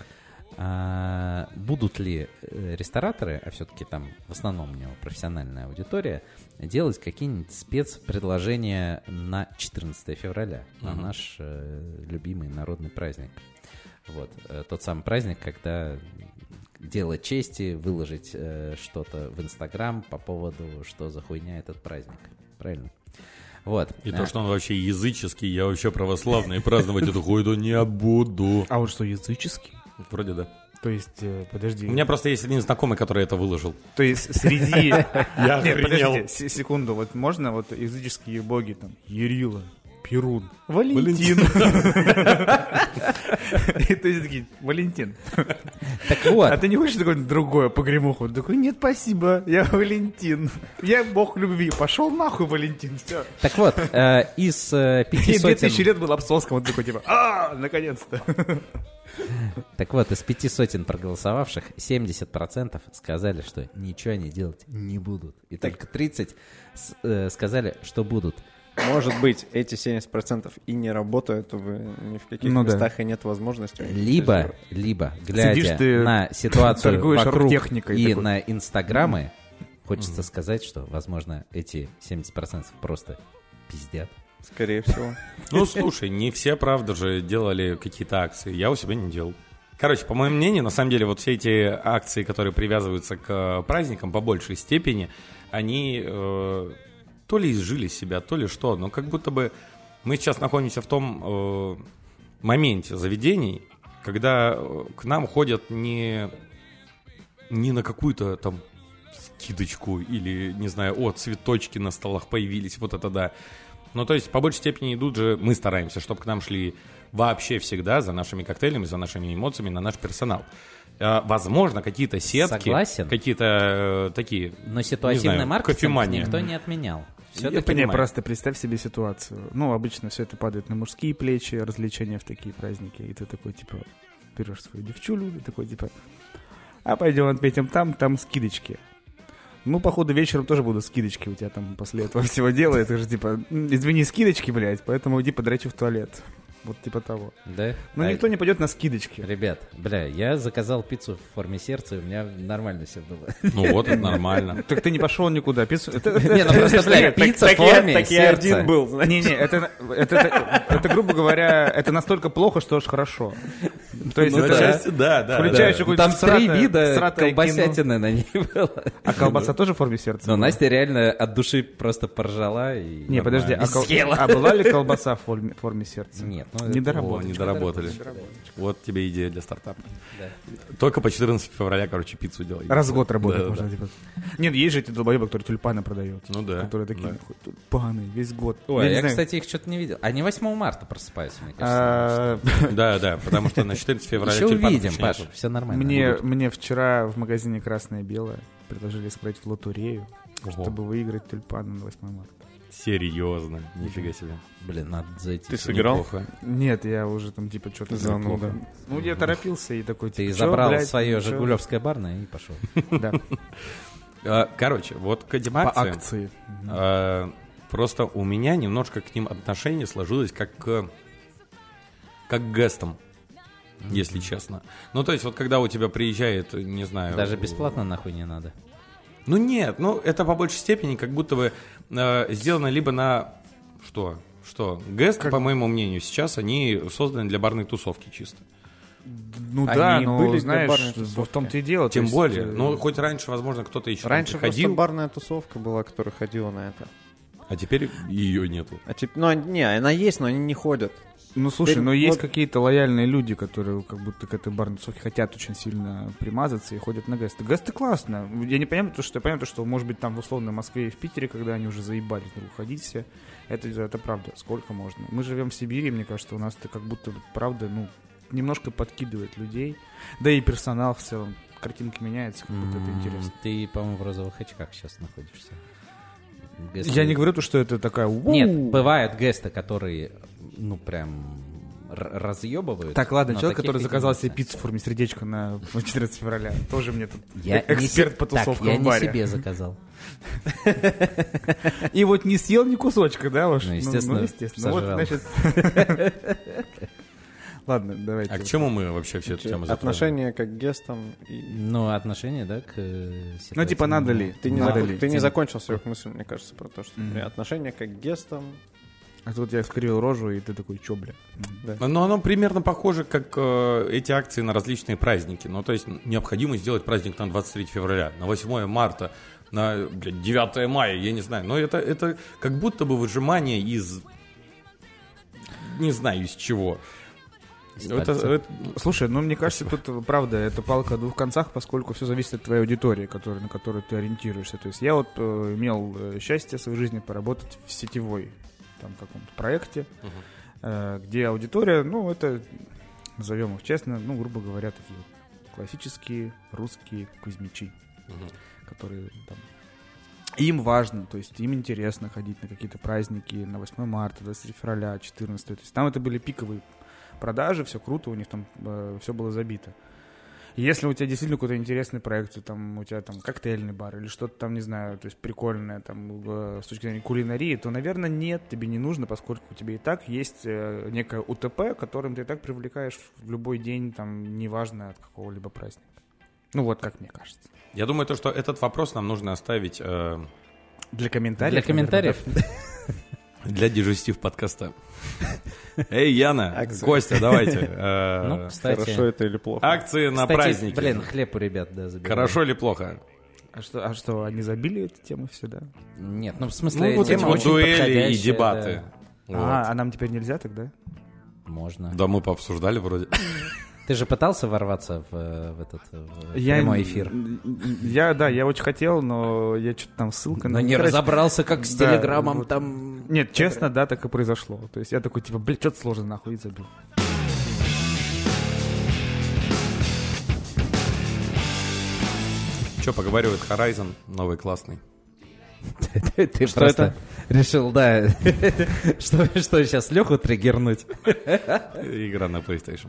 будут ли рестораторы, а все-таки там в основном у него профессиональная аудитория, делать какие-нибудь спецпредложения на 14 февраля, на наш любимый народный праздник. Вот, тот самый праздник, когда дело чести выложить что-то в Инстаграм по поводу, что за хуйня этот праздник. Правильно? Вот. И то, что он вообще языческий, я вообще православный, и праздновать эту хуйню не буду. А он что, языческий? Вроде да. То есть, подожди. У меня просто есть один знакомый, который это выложил. То есть среди... Я охренел. Подожди, секунду, вот можно вот языческие боги там, Ярила, Перун, Валентин. И ты такие, Валентин. Так вот. А ты не хочешь такое другое погремуху? Такой, нет, спасибо, я Валентин. Я бог любви. Пошел нахуй, Валентин. Все. Так вот, из 500... 2000 лет был Обсолском, вот такой типа, наконец-то. Так вот, из 500 проголосовавших 70% сказали, что ничего они делать не будут. И только 30% сказали, что будут. Может быть, эти 70% и не работают ни в каких местах, и нет возможности. Либо, глядя на ситуацию вокруг и на инстаграмы, хочется сказать, что, возможно, эти 70% просто пиздят. Скорее всего. Ну, слушай, не все, правда же, делали какие-то акции. Я у себя не делал. Короче, по моему мнению, на самом деле, вот все эти акции, которые привязываются к праздникам по большей степени, они то ли изжили себя, то ли что, но как будто бы Мы сейчас находимся в том моменте заведений, когда к нам ходят не на какую-то там скидочку или, не знаю, цветочки на столах появились, вот это да. Ну, то есть, по большей степени идут же, мы стараемся, чтобы к нам шли вообще всегда за нашими коктейлями, за нашими эмоциями, на наш персонал. Возможно, какие-то сетки, согласен, какие-то такие, но ситуативный маркетинг кофемания никто не отменял. Я понимаю, просто представь себе ситуацию. Ну, обычно все это падает на мужские плечи, развлечения в такие праздники. И ты такой, типа, берешь свою девчулю, и такой, типа, а пойдем отметим там скидочки. Ну, походу, вечером тоже будут скидочки у тебя там после этого всего дела. Это же, типа, извини, скидочки, блядь, поэтому иди подрачи в туалет. Вот типа того. Да? Но никто не пойдет на скидочки. Ребят, я заказал пиццу в форме сердца, и у меня нормально все было. Ну вот, это нормально. Так ты не пошел никуда. Пиццу... Не, ну просто, бля, пицца в форме сердца. Я один был, знаешь. Не-не, это, грубо говоря, это настолько плохо, что аж хорошо. То есть это... Да. Включаешь какую-то там 3 вида колбасятины на ней было. А колбаса тоже в форме сердца? Но Настя реально от души просто поржала и... Не, подожди, а была ли колбаса в форме сердца? Нет. Не доработали. Вот тебе идея для стартапа. Только по 14 февраля, короче, пиццу делай. Раз в год работает можно. Типа. Нет, есть же эти долбоебы, которые тюльпаны продают. Ну да. Которые такие, тюльпаны, весь год. Ой, я кстати, их что-то не видел. Они 8 марта просыпаются, мне кажется. Да, потому что на 14 февраля еще увидим, Паш, все нормально. Мне вчера в магазине «Красное-белое» предложили сыграть в лотерею, чтобы выиграть тюльпаны на 8 марта. Серьезно, нифига себе. Блин, надо зайти. Ты сыграл? Нет, я уже там типа что-то зануда. Ну, я торопился и такой... Ты забрал свое жигулевское барное и пошел. Да. Короче, вот к этим акциям. Просто у меня немножко к ним отношение сложилось как к гестам, если честно. Ну, то есть, вот когда у тебя приезжает, не знаю... Даже бесплатно нахуй не надо. Ну нет, это по большей степени как будто бы сделано либо на... Что? Гесты, по моему мнению, сейчас они созданы для барной тусовки чисто. Ну да, но знаешь, в том-то и дело. Тем более, хоть раньше, возможно, кто-то еще раньше просто барная тусовка была, которая ходила на это. А теперь ее нету. Она есть, но они не ходят. Ну, слушай, но есть какие-то лояльные люди, которые как будто к этой барной тусовке хотят очень сильно примазаться и ходят на гесты. Гесты классно. Я не понимаю, я понимаю, что, может быть, там в условной Москве и в Питере, когда они уже заебались ходить все, это правда, сколько можно. Мы живем в Сибири, мне кажется, у нас это как будто, правда, немножко подкидывает людей. Да и персонал в целом. Картинка меняется, как будто это интересно. Ты, по-моему, в розовых очках сейчас находишься. Я не говорю, что это такая... Нет, бывают гесты, которые, прям разъебывают. Так, ладно, человек, который заказал себе пиццу в форме сердечка на 14 февраля, тоже мне тут эксперт по тусовкам в баре. Я не себе заказал. И вот не съел ни кусочка, да, уж? Ну, естественно. Вот, значит... Ладно, давайте. А к чему мы вообще все эту тему затронули? Отношение как к гестам. Отношение, да, к ситуации. Типа, надо ли? Ты не закончил свою мысль, мне кажется, про то, что отношение как к гестам. А тут я скривил рожу, и ты такой, чё, бля? Да. Но оно примерно похоже, как эти акции на различные праздники. Ну, то есть необходимо сделать праздник на 23 февраля, на 8 марта, на 9 мая, я не знаю. Но это как будто бы выжимание из... Не знаю, из чего. Слушай, мне кажется, тут, правда, это палка о двух концах, поскольку все зависит от твоей аудитории, на которую ты ориентируешься. То есть я вот имел счастье в своей жизни поработать в сетевой каком-то проекте, где аудитория, это, назовем их честно, грубо говоря, такие классические русские кузьмичи, которые там... Им важно, то есть им интересно ходить на какие-то праздники, на 8 марта, 23 февраля, 14. То есть там это были пиковые продажи, все круто, у них там все было забито. И если у тебя действительно какой-то интересный проект, у тебя там коктейльный бар или что-то там, не знаю, то есть прикольное с точки зрения кулинарии, то, наверное, нет, тебе не нужно, поскольку у тебя и так есть некое УТП, которым ты и так привлекаешь в любой день, неважно от какого-либо праздника. Вот как мне кажется. Я думаю, что этот вопрос нам нужно оставить... Для комментариев. Для комментариев. Для дежестив подкаста. Эй, Яна, Костя, давайте. Кстати, хорошо это или плохо? Акции на праздники. Блин, хлеб у ребят, да, забираю. Хорошо или плохо? А что, они забили эту тему все, да? Нет, в смысле, вот тема эти вот очень дуэли и подходящая, дебаты. Вот. А нам теперь нельзя тогда? Можно. Да, мы пообсуждали вроде. Ты же пытался ворваться в этот прямой эфир? Я очень хотел, но я что-то там ссылка... Но не разобрался, как с Телеграмом там... Нет, честно, да, так и произошло. То есть я такой, типа, блин, что-то сложно, нахуй, и забил. Что, поговаривает Horizon, новый классный. Ты просто решил, да, что сейчас Леху триггернуть. Игра на PlayStation.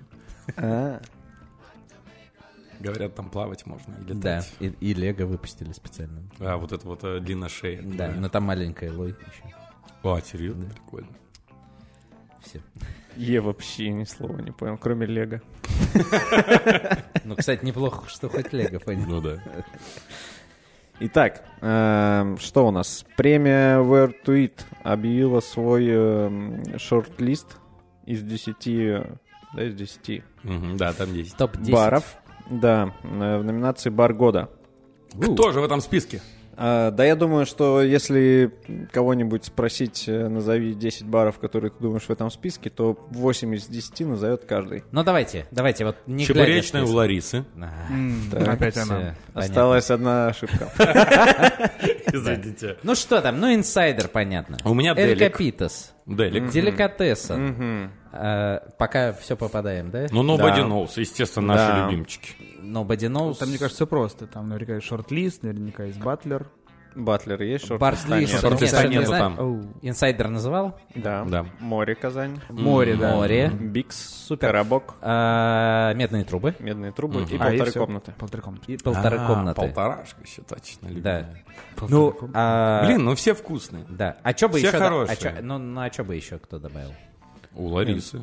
Говорят, там плавать можно и летать. Да, и Лего выпустили специально. А, вот это вот длинная шея. Да, но там маленькая Лой еще. О, серьезно? Прикольно. Все. Я вообще ни слова не понял, кроме Лего. Ну, кстати, неплохо, что хоть Лего понял. Ну да. Итак, что у нас? Премия Where to Eat объявила свой шорт-лист из 10, да, из 10 Да, там есть. Топ-10. баров. Да, в номинации «Бар года». Кто же в этом списке? Да, я думаю, что если кого-нибудь спросить, назови 10 баров, которые ты думаешь в этом списке, то 8 из 10 назовет каждый. Ну, давайте, вот не Чебуречная у Ларисы. Опять она. Осталась одна ошибка. Извините. Ну, что там? Ну, инсайдер, понятно. У меня Эль Делик. Капитас. Делик. Деликатеса. Пока все попадаем, да? Ну, Nobody Knows, естественно, наши Да. любимчики. Nobody knows. Там, мне кажется, все просто. Там наверняка есть шорт-лист, наверняка есть батлер. Батлер есть, Барс-лист. шорт-лист нет. Шорт-листа Нет, нету не там. Оу. Инсайдер называл? Да. Да. Море Казань. Море, да. Море. Бикс. Супер. Коробок. Медные трубы. Медные трубы и И полторы всё. комнаты. Полторы комнаты. И полторы комнаты. Полторашка еще точно. Да. любимая. Ну, Блин, ну все вкусные. да. А что бы все еще... хорошие. А что бы еще кто добавил? У Ларисы.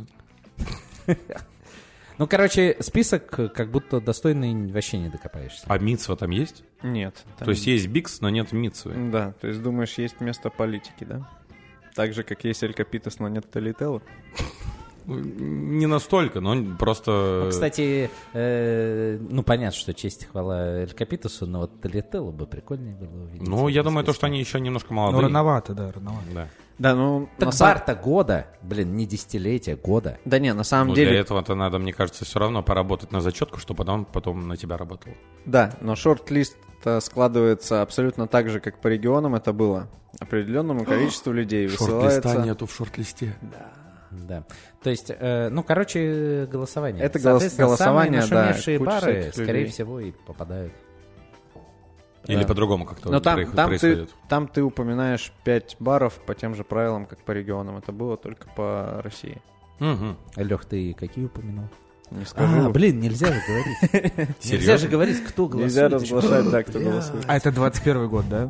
Ну, короче, список как будто достойный вообще не докопаешься. А Митсва там есть? Нет. То есть есть Бикс, но нет Митсвы. Да, то есть думаешь, есть место политики, да? Так же, как есть Эль Капитас, но нет Талителла? Не настолько, но просто... Ну, кстати, ну, понятно, что честь и хвала Эль Капитасу, но вот Талителло бы прикольнее было увидеть. Ну, я думаю, то, что они еще немножко Ну, молодые. рановато, да, рановато. Да. Да, ну... Так бар-то года, блин, не десятилетия, года. Да не, на самом Ну, деле... для этого-то надо, мне кажется, все равно поработать на зачетку, чтобы потом на тебя работал. Да, но шорт-лист складывается абсолютно так же, как по регионам это было. Определенному количеству людей высылается... нету в шорт-листе. Да. То есть, ну, короче, голосование. Это Соответственно, голосование, самые да, нашумевшие куча бары, всяких скорее людей. всего, и попадают. Или Да. по-другому как-то Но там происходит. ты упоминаешь 5 баров по тем же правилам, как по регионам. Это было только по России. Мгм. Лех, ты какие упомянул? Не скажу. Блин, нельзя же говорить. Нельзя Серьезно? же говорить, кто голосует. Нельзя разглашать, да, кто голосует. А это 21 год, да?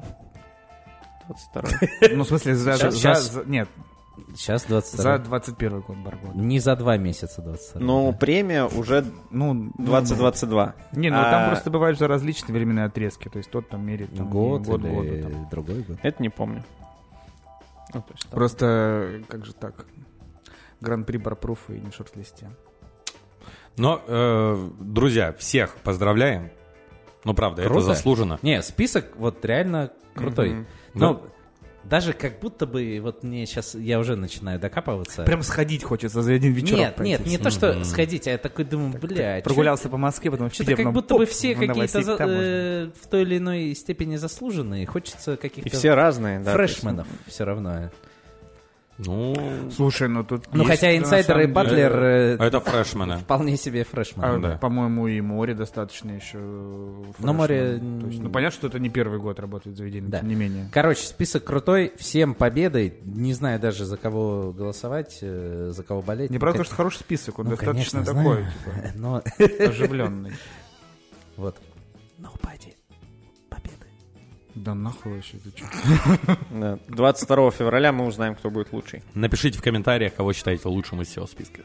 22-й. Ну, в смысле, Сейчас. нет, Сейчас за 22. 21 год бар года. Не за 2 месяца 22. Ну, премия уже Ну, 2022. Не, ну там просто бывают же различные временные отрезки. То есть тот там меряет там, Год года, или там. другой год. Это не помню. Ну, то есть там- Просто, как же так, гран-при барпруфа и не в шорт-листе. Но, друзья, всех поздравляем. Ну, правда, это Круто. заслуженно. Не, список вот реально крутой. Мгм. Ну, даже как будто бы, вот мне сейчас, я уже начинаю докапываться. Прям сходить хочется за один вечерок. Нет, пойти. нет, не то, что сходить, а я такой думаю, бля, Прогулялся по Москве, потом в что-то Питер, как потом будто бы поп, все в какие-то Новосибирск, там можно. в той или иной степени заслуженные. Хочется И каких-то все разные, да. фрешменов все равно. Ну, Слушай, ну тут Ну, есть, хотя на инсайдер самом и деле- батлер это фрешмены. вполне себе фрешмены. да. По-моему, и море достаточно еще. Но море- То есть, ну, понятно, что это не первый год работает заведение, Да. тем не менее. Короче, список крутой, всем победой. Не знаю даже, за кого голосовать, за кого болеть. Не правда, что хороший список, он Ну, достаточно конечно, такой, знаю. Но типа, оживленный. вот. Nobody. Победы. Да нахуй вообще, ты чё? Да. 22 февраля мы узнаем, кто будет лучший. Напишите в комментариях, кого считаете лучшим из всего списка.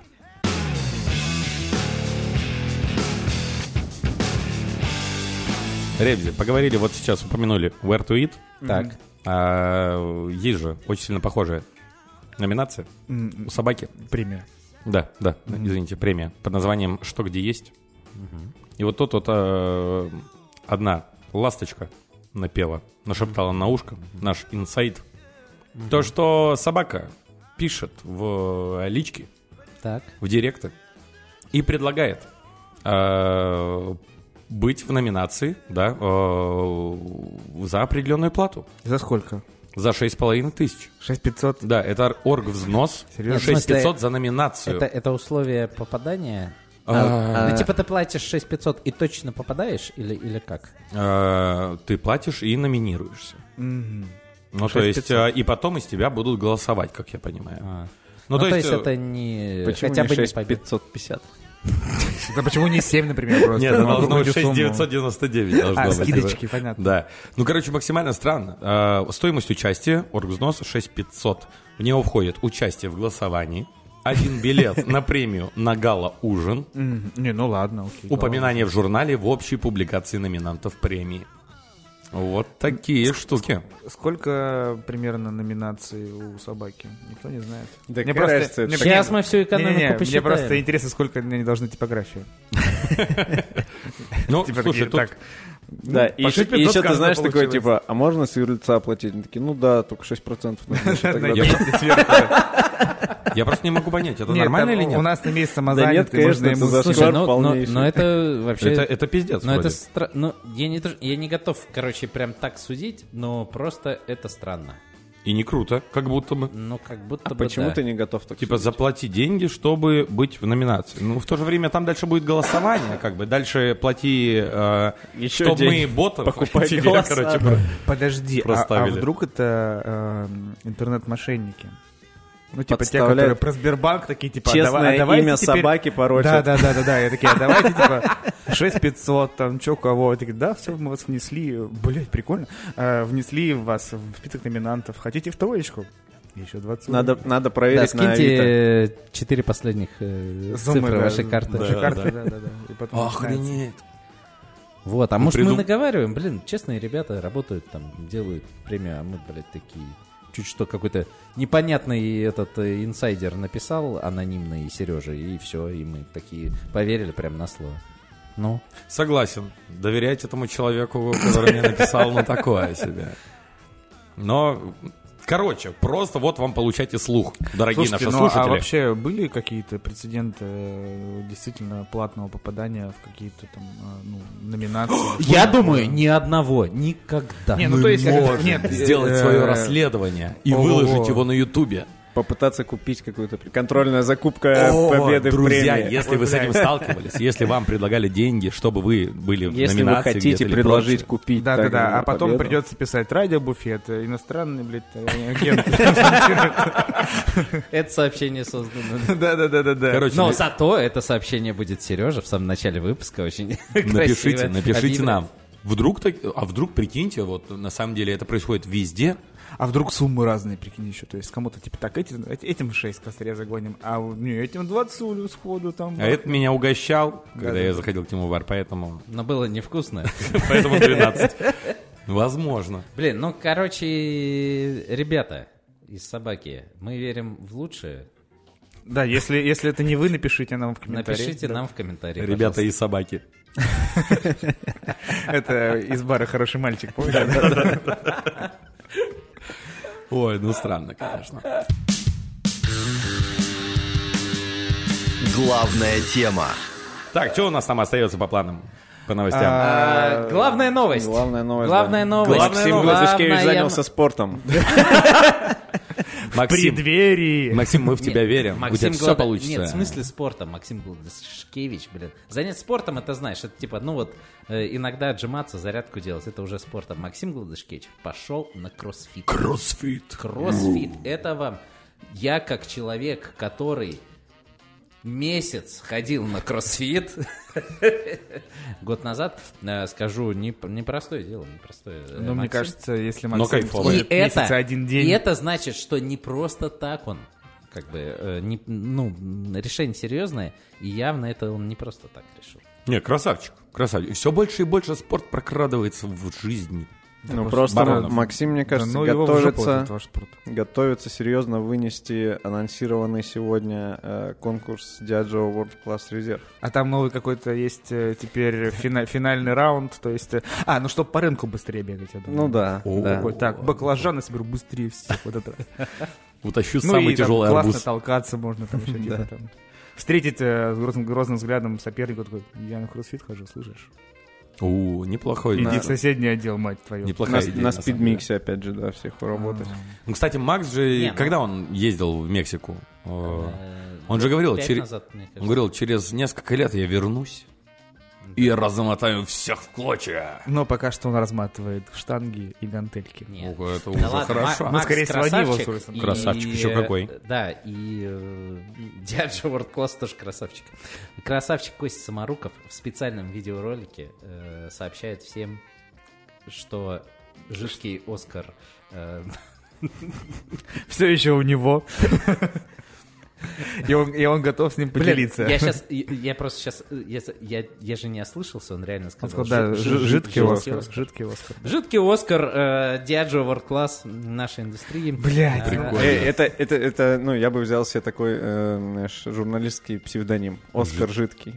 Ребзи, поговорили, вот сейчас упомянули Where to Eat. Так. Есть же очень сильно похожая номинация у собаки. Премия. Да, извините, премия под названием «Что, где есть». И вот тут вот одна ласточка напела, нашептала на ушко, наш инсайт, то, что собака пишет в личке, так. в директы и предлагает быть в номинации, да, за определенную плату. За сколько? За 6,5 тысяч. 6500? Да, это оргвзнос. Серьезно? 6500 за номинацию. Это условие попадания? Ну, типа ты платишь 6500 и точно попадаешь или как? Ты платишь и номинируешься. Ну, то есть, и потом из тебя будут голосовать, как я понимаю. Ну, то есть это не... Почему хотя не бы 6550? Да почему не 7, например, просто? Нет, должно быть 6999 должно быть. Скидочки, понятно. Да. Ну, короче, максимально странно. Стоимость участия, оргвзнос 6500. В него входит участие в голосовании, 1 билет на премию на гала-ужин, Не, ну ладно, окей. упоминание в журнале в общей публикации номинантов премии. Вот такие штуки. Сколько примерно номинаций у собаки? Никто не знает. Да Мне какая просто- разница? мне- Сейчас мы всю экономику Мне посчитаем. просто интересно, сколько они должны типографию. Ну, Типа слушай, такие, тут... так, Да, и по еще 6500 ты каждого знаешь такое, получилось. типа, а можно с юрлица оплатить? Они такие, ну да, только 6% нужно еще тогда. накиньте сверху. Я просто не могу понять, это Нет, нормально там или нет? У нас там есть Да нет, самозанятый, можно конечно, это ему... зашквар Слушай, но полнейший. это вообще... Это пиздец Ну, это вроде. ну, я не готов, короче, прям так судить, но просто это странно. И не круто, как будто бы. Ну, как будто А бы почему да. ты не готов так Типа судить? заплати деньги, чтобы быть в номинации. Ну, в то же время там дальше будет голосование, как бы. Дальше плати, Еще чтобы мы денег. ботов Покупай тебе, голоса, короче, да. Подожди, а проставили. вдруг это интернет-мошенники? Ну, типа те, Подставляют. которые про Сбербанк такие, типа, Честное давайте имя теперь- собаки порочат. Да. Я такие, давайте, типа, 6500, там, чё, кого. Я такие, да, все, мы вас внесли. Блять, прикольно. Внесли вас в список номинантов. Хотите в троечку? Еще 20. Надо Да, проверить на Авито. скиньте 4 последних Суммы, цифры да, вашей карты. да. Ваши карты, да. И потом начинается. Охренеть. Вот, а может мы придум- наговариваем, блин, честные ребята работают там, делают премию, а мы, блядь, такие... Чуть что какой-то непонятный этот инсайдер написал, анонимный Сережа, и все, и мы такие поверили прям на слово. Ну, Согласен. Доверять этому человеку, который мне написал, ну, такое себе. Но, короче, просто вот вам получайте слух, дорогие Слушайте, наши ну, а слушатели. вообще были какие-то прецеденты действительно платного попадания в какие-то там номинации? я думаю, ни одного, никогда. Не, ну то есть... Можем Нет, сделать свое расследование и ого. выложить его на Ютубе. Попытаться купить какую-то контрольная закупка победы в друзья, премии. если вы с этим сталкивались, если вам предлагали деньги, чтобы вы были в Если вы номинации хотите где-то или предложить прочее. купить Да, так а потом победу. придется писать радиобуфет, иностранный, блядь, агент. Это сообщение создано. Да. Короче, Но зато это сообщение будет Сережа в самом начале выпуска очень красиво напишите объявлять. нам. Вдруг, прикиньте, вот на самом деле это происходит везде. А вдруг суммы разные, прикинь, еще. То есть кому-то типа так, этим 6 косаря загоним, а не, этим 20 сходу там. А это меня угощал, когда Да. я заходил к нему в бар, поэтому Но было невкусно. 12. Возможно. Блин, ну, короче, ребята из собаки, мы верим в лучшее. Да, если это не вы, напишите нам в комментариях. Напишите Да. нам в комментариях, Ребята пожалуйста. и собаки. Это из бара «Хороший мальчик», помните? Ой, ну странно, конечно. Главная тема. Так, что у нас там остается по планам, по новостям? Главная новость. Главная новость. Главная да. новость. Максим Главная Гладышкевич но- занялся спортом. Максим, Преддверии. Максим, мы в тебя Нет, верим. У Максим тебя все Глада- получится. Нет, в смысле спорта. Максим Гладышкевич, блин. Заняться спортом, это знаешь, это типа, ну вот, иногда отжиматься, зарядку делать, это уже спортом. Максим Гладышкевич пошел на кроссфит. Кроссфит. Кроссфит. Это вам... Я как человек, который месяц ходил на кроссфит год назад, скажу, непростое дело, непростое. Ну, мне Максим. кажется, если Но Максим кайфово. ходит И месяца это, один и день... это значит, что не просто так он, как бы, решение серьезное, и явно это он не просто так решил. Не, красавчик, красавчик. Все больше и больше спорт прокрадывается в жизнь. Ну, просто Баранов. Максим, мне кажется, Да, ну, его в жопу готовится... этот ваш спорт. Готовится серьезно вынести анонсированный сегодня конкурс Diageo World Class Reserve. А там новый какой-то есть теперь финальный раунд, то есть... ну, чтобы по рынку быстрее бегать, я думаю. Ну да, да. Такой, так, баклажаны соберу быстрее всех. Вот это. Утащу самый тяжелый арбуз. Классно толкаться можно, там еще типа там. Встретить с грозным взглядом соперника, такой, я на кроссфит хожу, слышишь? Неплохой. Иди в соседний отдел, мать твою. Неплохая идея. На спидмиксе, опять же, да, всех работать. Ну, кстати, Макс же, когда он ездил в Мексику, он же говорил, через несколько лет я вернусь и размотаю всех в клочья. Но пока что он разматывает штанги и гантельки. Нет. Это уже хорошо. Ну, скорее всего, они его красавчик еще какой. Да, и Диаджо World Class тоже красавчик. Красавчик Костя Самаруков в специальном видеоролике сообщает всем, что жидкий Оскар все еще у него. И он готов с ним поделиться. Я просто сейчас... Я же не ослышался, он реально сказал. Он сказал, да, жидкий Оскар. Жидкий Оскар, Diageo World Class нашей индустрии. Блядь. Это, ну, я бы взял себе такой, знаешь, журналистский псевдоним. Оскар жидкий.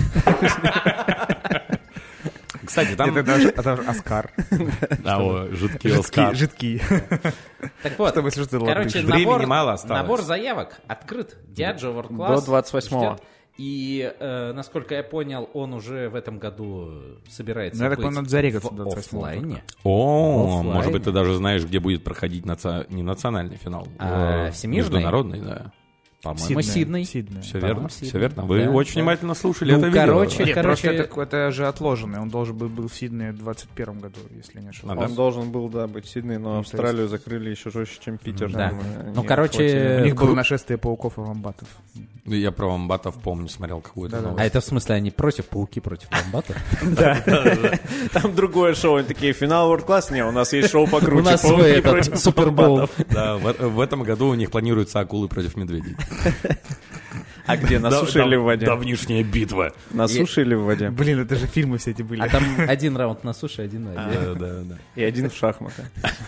Кстати, там... Это Оскар. Жидкий Оскар. Жидкий. Так вот, короче, набор заявок открыт. Diageo World Class. До 28-го. И, насколько я понял, он уже в этом году собирается быть в оффлайне. Может быть, ты даже знаешь, где будет проходить не национальный финал, а международный, да. По-моему, Сидней. Все верно, все верно. Вы очень внимательно слушали это видео. Короче, это же отложенный. Он должен был в Сиднее в 2021 году, если не ошибаюсь. Он должен был, да, быть в Сиднее, но Австралию закрыли еще жестче, чем Питер. Да. Ну, короче... У них было нашествие пауков и вомбатов. Я про вомбатов помню, смотрел какую-то новость. А это в смысле они пауки против вомбатов? Да. Там другое шоу. Они такие, финал World Class? Не, у нас есть шоу покруче. У нас свой этот Супербол. Да, в этом году у них планируются акулы против медведей. А где, на суше или в воде? Давнишняя битва. На суше или в воде? Блин, это же фильмы все эти были. А там один раунд на суше, один на воде. Да. И один в шахматы.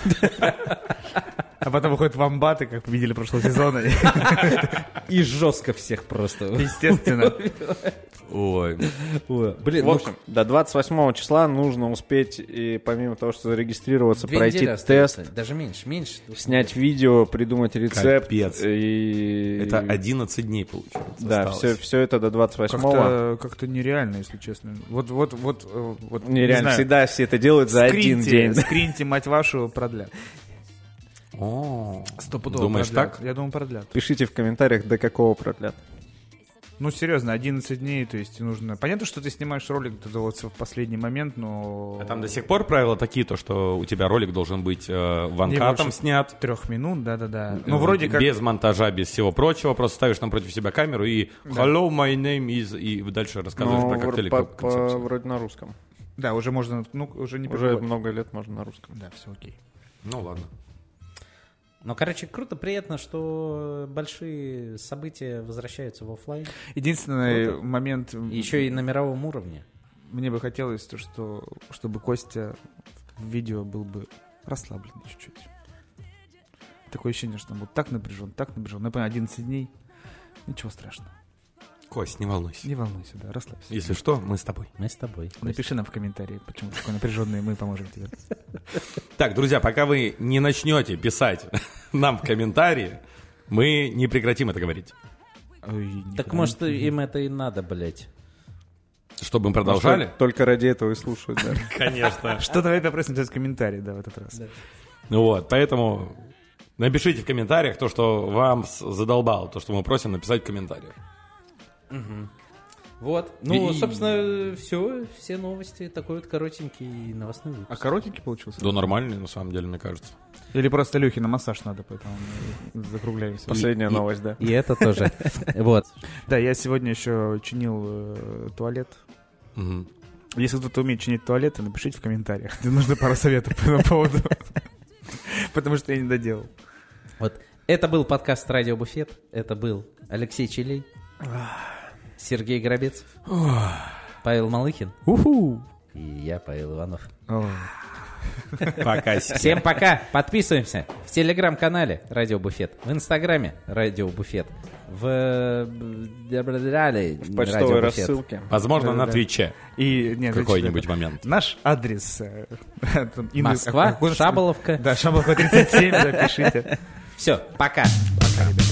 А потом выходят вомбаты, как победили прошлого сезона. И жестко всех просто. Естественно. Ой. Блин, в общем, до 28 числа нужно успеть, и помимо того, что зарегистрироваться, пройти тест. Даже меньше. Снять видео, придумать рецепт. Капец. Это 11 дней получается. Да, все это до 28-го. Как-то нереально, если честно. Вот нереально, всегда все это делают за один день. Скриньте, мать вашу, продлят. Стопудово. Думаешь продлят. так? Я думаю, продлят. Пишите в комментариях, до какого продлят. Ну, серьезно, 11 дней, то есть нужно... Понятно, что ты снимаешь ролик в последний момент, но... А там до сих пор правила такие, то, что у тебя ролик должен быть ванкатом снят. 3 минут, да. Ну, вроде как... Без монтажа, без всего прочего, просто ставишь напротив себя камеру и «Hello, my name is...» и дальше рассказываешь про коктейли. Вроде на русском. Да, уже можно, уже не Уже много лет можно на русском. Да, все окей. Ну, ладно. Ну, короче, круто, приятно, что большие события возвращаются в офлайн. Единственный момент... Еще и на мировом уровне. Мне бы хотелось, чтобы Костя в видео был бы расслабленный чуть-чуть. Такое ощущение, что он был так напряжен. Я понял, 11 дней. Ничего страшного. Кость, не волнуйся. Не волнуйся, да, расслабься. Если что, мы с тобой. Напиши нам в комментарии, почему такой напряженный, мы поможем тебе. Так, друзья, пока вы не начнете писать нам в комментарии, мы не прекратим это говорить. Так может им это и надо, блять. Чтобы мы продолжали? Только ради этого и слушают, да. Конечно. Что давай попросим в комментарии, да, в этот раз. Вот, поэтому напишите в комментариях то, что вам задолбало, то, что мы просим написать в комментариях. Вот. Ну, собственно, все новости. Такой вот коротенький новостной выпуск. А коротенький получился? Да, нормальный, на самом деле, мне кажется. Или просто Лехе на массаж надо, поэтому мы закругляемся. Последняя новость, да. И это тоже. Вот. Да, я сегодня еще чинил туалет. Если кто-то умеет чинить туалеты, напишите в комментариях. Мне нужно пару советов по этому поводу. Потому что я не доделал. Вот. Это был подкаст «Радио Буфет». Это был Алексей Челей. Сергей Горобец, Павел Малыхин и я, Павел Иванов. Пока. Всем пока. Подписываемся в телеграм-канале «Радио Буфет», в инстаграме «Радио Буфет», в почтовой рассылке. Возможно, на Твиче. И какой-нибудь момент. Наш адрес. Москва, Шаболовка. Да, Шаболовка 37, запишите. Все, пока. Пока, ребят.